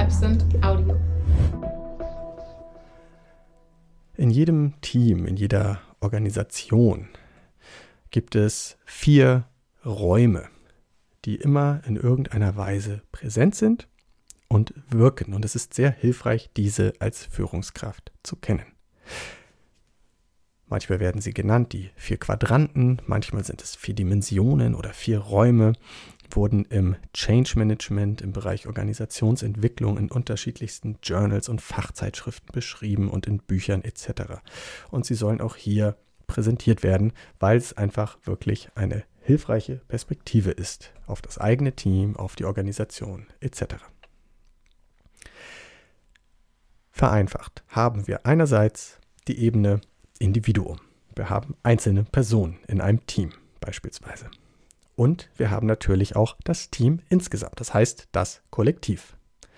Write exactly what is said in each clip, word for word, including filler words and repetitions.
Absent Audio. In jedem Team, in jeder Organisation gibt es vier Räume, die immer in irgendeiner Weise präsent sind und wirken. Und es ist sehr hilfreich, diese als Führungskraft zu kennen. Manchmal werden sie genannt, die vier Quadranten, manchmal sind es vier Dimensionen oder vier Räume, wurden im Change Management, im Bereich Organisationsentwicklung in unterschiedlichsten Journals und Fachzeitschriften beschrieben und in Büchern et cetera. Und sie sollen auch hier präsentiert werden, weil es einfach wirklich eine hilfreiche Perspektive ist auf das eigene Team, auf die Organisation et cetera. Vereinfacht haben wir einerseits die Ebene Individuum. Wir haben einzelne Personen in einem Team beispielsweise. Und wir haben natürlich auch das Team insgesamt, das heißt das Kollektiv.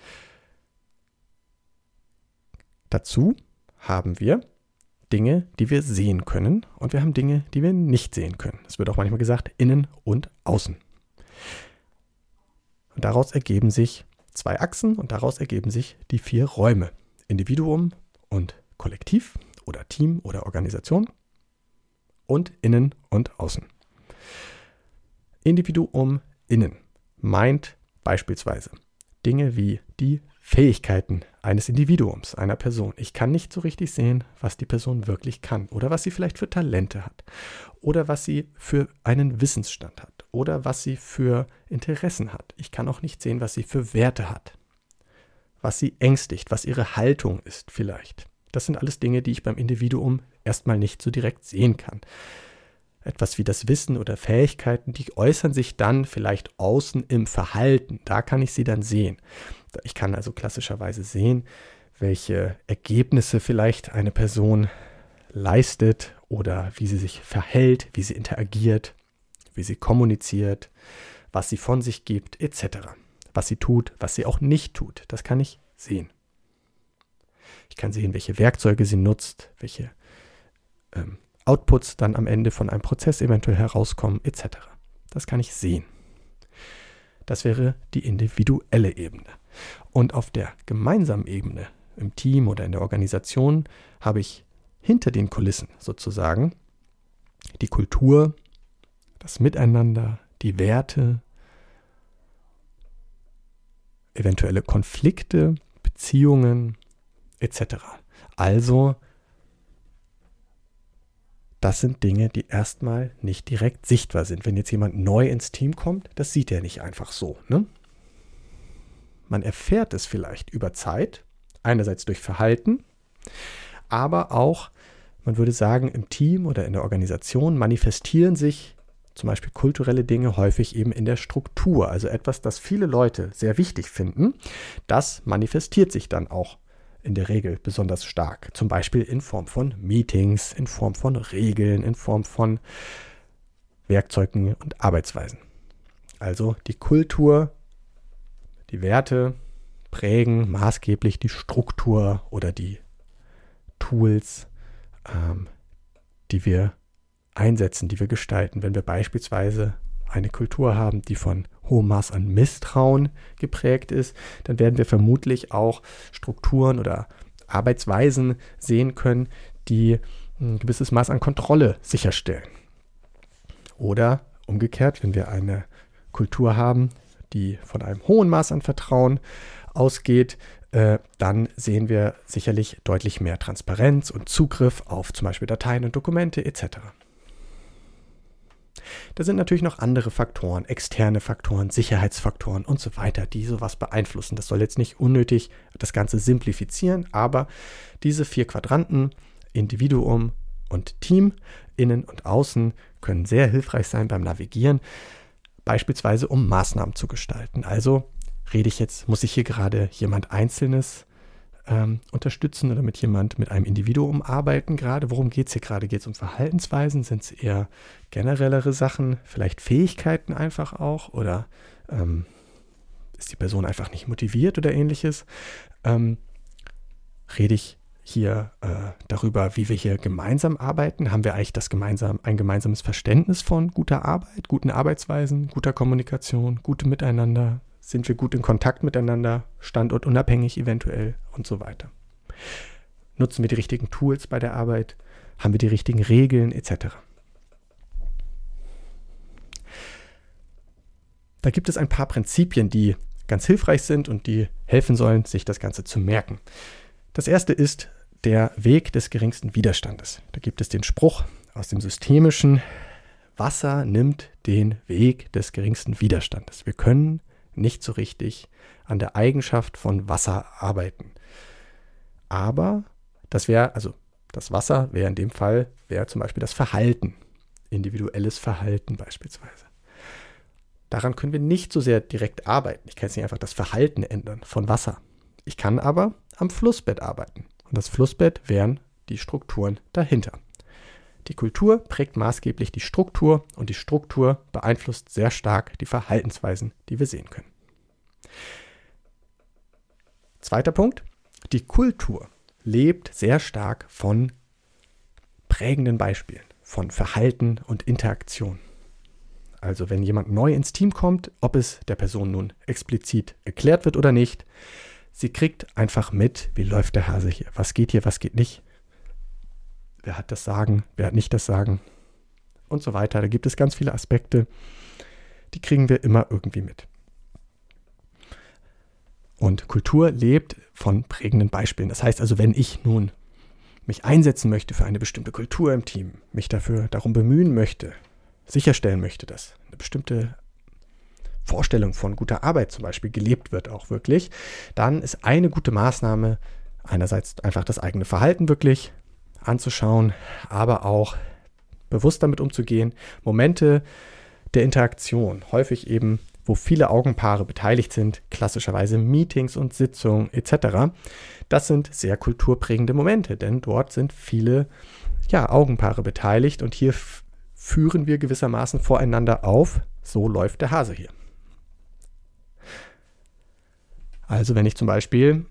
Dazu haben wir Dinge, die wir sehen können und wir haben Dinge, die wir nicht sehen können. Es wird auch manchmal gesagt, innen und außen. Und daraus ergeben sich zwei Achsen und daraus ergeben sich die vier Räume. Individuum und Kollektiv oder Team oder Organisation und innen und außen. Individuum innen meint beispielsweise Dinge wie die Fähigkeiten eines Individuums, einer Person. Ich kann nicht so richtig sehen, was die Person wirklich kann oder was sie vielleicht für Talente hat oder was sie für einen Wissensstand hat oder was sie für Interessen hat. Ich kann auch nicht sehen, was sie für Werte hat, was sie ängstigt, was ihre Haltung ist vielleicht. Das sind alles Dinge, die ich beim Individuum erstmal nicht so direkt sehen kann. Etwas wie das Wissen oder Fähigkeiten, die äußern sich dann vielleicht außen im Verhalten. Da kann ich sie dann sehen. Ich kann also klassischerweise sehen, welche Ergebnisse vielleicht eine Person leistet oder wie sie sich verhält, wie sie interagiert, wie sie kommuniziert, was sie von sich gibt, et cetera. Was sie tut, was sie auch nicht tut. Das kann ich sehen. Ich kann sehen, welche Werkzeuge sie nutzt, welche ähm, Outputs dann am Ende von einem Prozess eventuell herauskommen, et cetera. Das kann ich sehen. Das wäre die individuelle Ebene. Und auf der gemeinsamen Ebene, im Team oder in der Organisation, habe ich hinter den Kulissen sozusagen die Kultur, das Miteinander, die Werte, eventuelle Konflikte, Beziehungen, et cetera. Also, das sind Dinge, die erstmal nicht direkt sichtbar sind. Wenn jetzt jemand neu ins Team kommt, das sieht er nicht einfach so. Ne? Man erfährt es vielleicht über Zeit, einerseits durch Verhalten, aber auch, man würde sagen, im Team oder in der Organisation manifestieren sich zum Beispiel kulturelle Dinge häufig eben in der Struktur. Also etwas, das viele Leute sehr wichtig finden, das manifestiert sich dann auch in der Regel besonders stark. Zum Beispiel in Form von Meetings, in Form von Regeln, in Form von Werkzeugen und Arbeitsweisen. Also die Kultur, die Werte prägen maßgeblich die Struktur oder die Tools, ähm, die wir einsetzen, die wir gestalten. Wenn wir beispielsweise eine Kultur haben, die von hohem Maß an Misstrauen geprägt ist, dann werden wir vermutlich auch Strukturen oder Arbeitsweisen sehen können, die ein gewisses Maß an Kontrolle sicherstellen. Oder umgekehrt, wenn wir eine Kultur haben, die von einem hohen Maß an Vertrauen ausgeht, äh, dann sehen wir sicherlich deutlich mehr Transparenz und Zugriff auf zum Beispiel Dateien und Dokumente et cetera. Da sind natürlich noch andere Faktoren, externe Faktoren, Sicherheitsfaktoren und so weiter, die sowas beeinflussen. Das soll jetzt nicht unnötig das Ganze simplifizieren, aber diese vier Quadranten, Individuum und Team, innen und außen, können sehr hilfreich sein beim Navigieren, beispielsweise um Maßnahmen zu gestalten. Also rede ich jetzt, muss ich hier gerade jemand Einzelnes ähm, unterstützen oder mit jemand, mit einem Individuum arbeiten gerade? Worum geht es hier gerade? Geht es um Verhaltensweisen? Sind es eher generellere Sachen? Vielleicht Fähigkeiten einfach auch? Oder ähm, ist die Person einfach nicht motiviert oder ähnliches? Ähm, rede ich hier äh, darüber, wie wir hier gemeinsam arbeiten? Haben wir eigentlich das gemeinsam, ein gemeinsames Verständnis von guter Arbeit, guten Arbeitsweisen, guter Kommunikation, gutem Miteinander, Sind wir gut in Kontakt miteinander, standortunabhängig eventuell und so weiter. Nutzen wir die richtigen Tools bei der Arbeit? Haben wir die richtigen Regeln et cetera. Da gibt es ein paar Prinzipien, die ganz hilfreich sind und die helfen sollen, sich das Ganze zu merken. Das erste ist der Weg des geringsten Widerstandes. Da gibt es den Spruch aus dem Systemischen: Wasser nimmt den Weg des geringsten Widerstandes. Wir können nicht so richtig an der Eigenschaft von Wasser arbeiten. Aber das wäre, also das Wasser wäre in dem Fall, wäre zum Beispiel das Verhalten, individuelles Verhalten beispielsweise. Daran können wir nicht so sehr direkt arbeiten. Ich kann jetzt nicht einfach das Verhalten ändern von Wasser. Ich kann aber am Flussbett arbeiten. Und das Flussbett wären die Strukturen dahinter. Die Kultur prägt maßgeblich die Struktur und die Struktur beeinflusst sehr stark die Verhaltensweisen, die wir sehen können. Zweiter Punkt: Die Kultur lebt sehr stark von prägenden Beispielen, von Verhalten und Interaktion. Also wenn jemand neu ins Team kommt, ob es der Person nun explizit erklärt wird oder nicht, sie kriegt einfach mit, wie läuft der Hase hier, was geht hier, was geht nicht, wer hat das Sagen, wer hat nicht das Sagen und so weiter. Da gibt es ganz viele Aspekte, die kriegen wir immer irgendwie mit. Und Kultur lebt von prägenden Beispielen. Das heißt also, wenn ich nun mich einsetzen möchte für eine bestimmte Kultur im Team, mich dafür darum bemühen möchte, sicherstellen möchte, dass eine bestimmte Vorstellung von guter Arbeit zum Beispiel gelebt wird auch wirklich, dann ist eine gute Maßnahme einerseits einfach das eigene Verhalten wirklich anzuschauen, aber auch bewusst damit umzugehen, Momente der Interaktion, häufig eben, wo viele Augenpaare beteiligt sind, klassischerweise Meetings und Sitzungen et cetera. Das sind sehr kulturprägende Momente, denn dort sind viele ja, Augenpaare beteiligt und hier f- führen wir gewissermaßen voreinander auf, so läuft der Hase hier. Also wenn ich zum Beispiel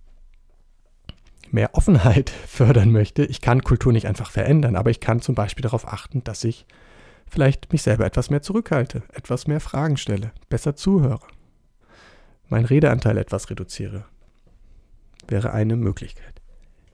mehr Offenheit fördern möchte, ich kann Kultur nicht einfach verändern, aber ich kann zum Beispiel darauf achten, dass ich vielleicht mich selber etwas mehr zurückhalte, etwas mehr Fragen stelle, besser zuhöre, meinen Redeanteil etwas reduziere. Wäre eine Möglichkeit.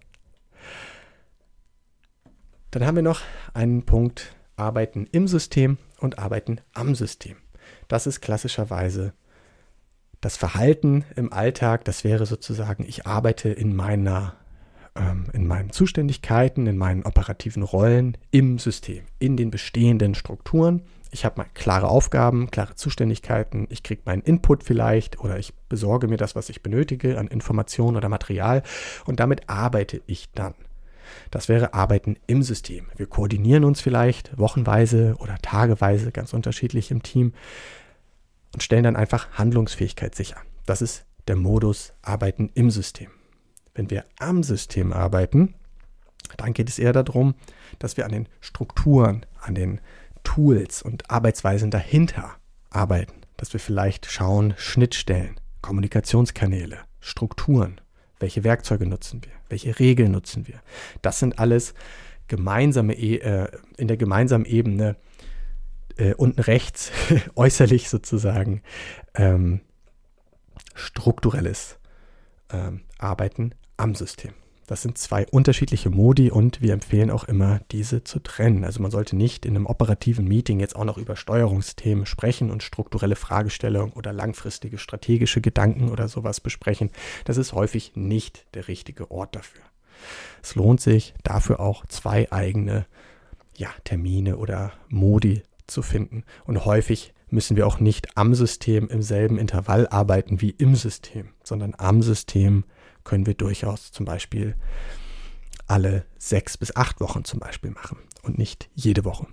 Dann haben wir noch einen Punkt: Arbeiten im System und Arbeiten am System. Das ist klassischerweise das Verhalten im Alltag. Das wäre sozusagen, ich arbeite in meiner in meinen Zuständigkeiten, in meinen operativen Rollen im System, in den bestehenden Strukturen. Ich habe mal klare Aufgaben, klare Zuständigkeiten, ich kriege meinen Input vielleicht oder ich besorge mir das, was ich benötige an Informationen oder Material und damit arbeite ich dann. Das wäre Arbeiten im System. Wir koordinieren uns vielleicht wochenweise oder tageweise, ganz unterschiedlich im Team und stellen dann einfach Handlungsfähigkeit sicher. Das ist der Modus Arbeiten im System. Wenn wir am System arbeiten, dann geht es eher darum, dass wir an den Strukturen, an den Tools und Arbeitsweisen dahinter arbeiten. Dass wir vielleicht schauen, Schnittstellen, Kommunikationskanäle, Strukturen, welche Werkzeuge nutzen wir, welche Regeln nutzen wir. Das sind alles gemeinsame, äh, in der gemeinsamen Ebene äh, unten rechts, äußerlich sozusagen, ähm, strukturelles ähm, Arbeiten am System. Das sind zwei unterschiedliche Modi und wir empfehlen auch immer, diese zu trennen. Also man sollte nicht in einem operativen Meeting jetzt auch noch über Steuerungsthemen sprechen und strukturelle Fragestellungen oder langfristige strategische Gedanken oder sowas besprechen. Das ist häufig nicht der richtige Ort dafür. Es lohnt sich dafür auch zwei eigene ja, Termine oder Modi zu finden. Und häufig müssen wir auch nicht am System im selben Intervall arbeiten wie im System, sondern am System können wir durchaus zum Beispiel alle sechs bis acht Wochen zum Beispiel machen und nicht jede Woche.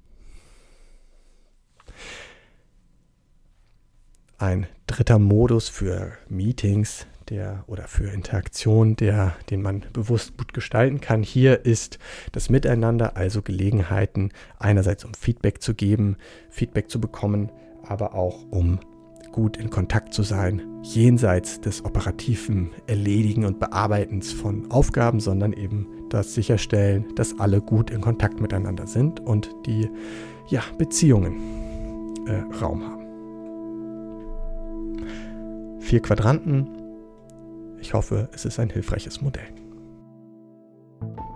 Ein dritter Modus für Meetings der, oder für Interaktion, der, den man bewusst gut gestalten kann, hier ist das Miteinander, also Gelegenheiten einerseits um Feedback zu geben, Feedback zu bekommen, aber auch um gut in Kontakt zu sein, jenseits des operativen Erledigen und Bearbeitens von Aufgaben, sondern eben das Sicherstellen, dass alle gut in Kontakt miteinander sind und die ja, Beziehungen äh, Raum haben. Vier Quadranten. Ich hoffe, es ist ein hilfreiches Modell.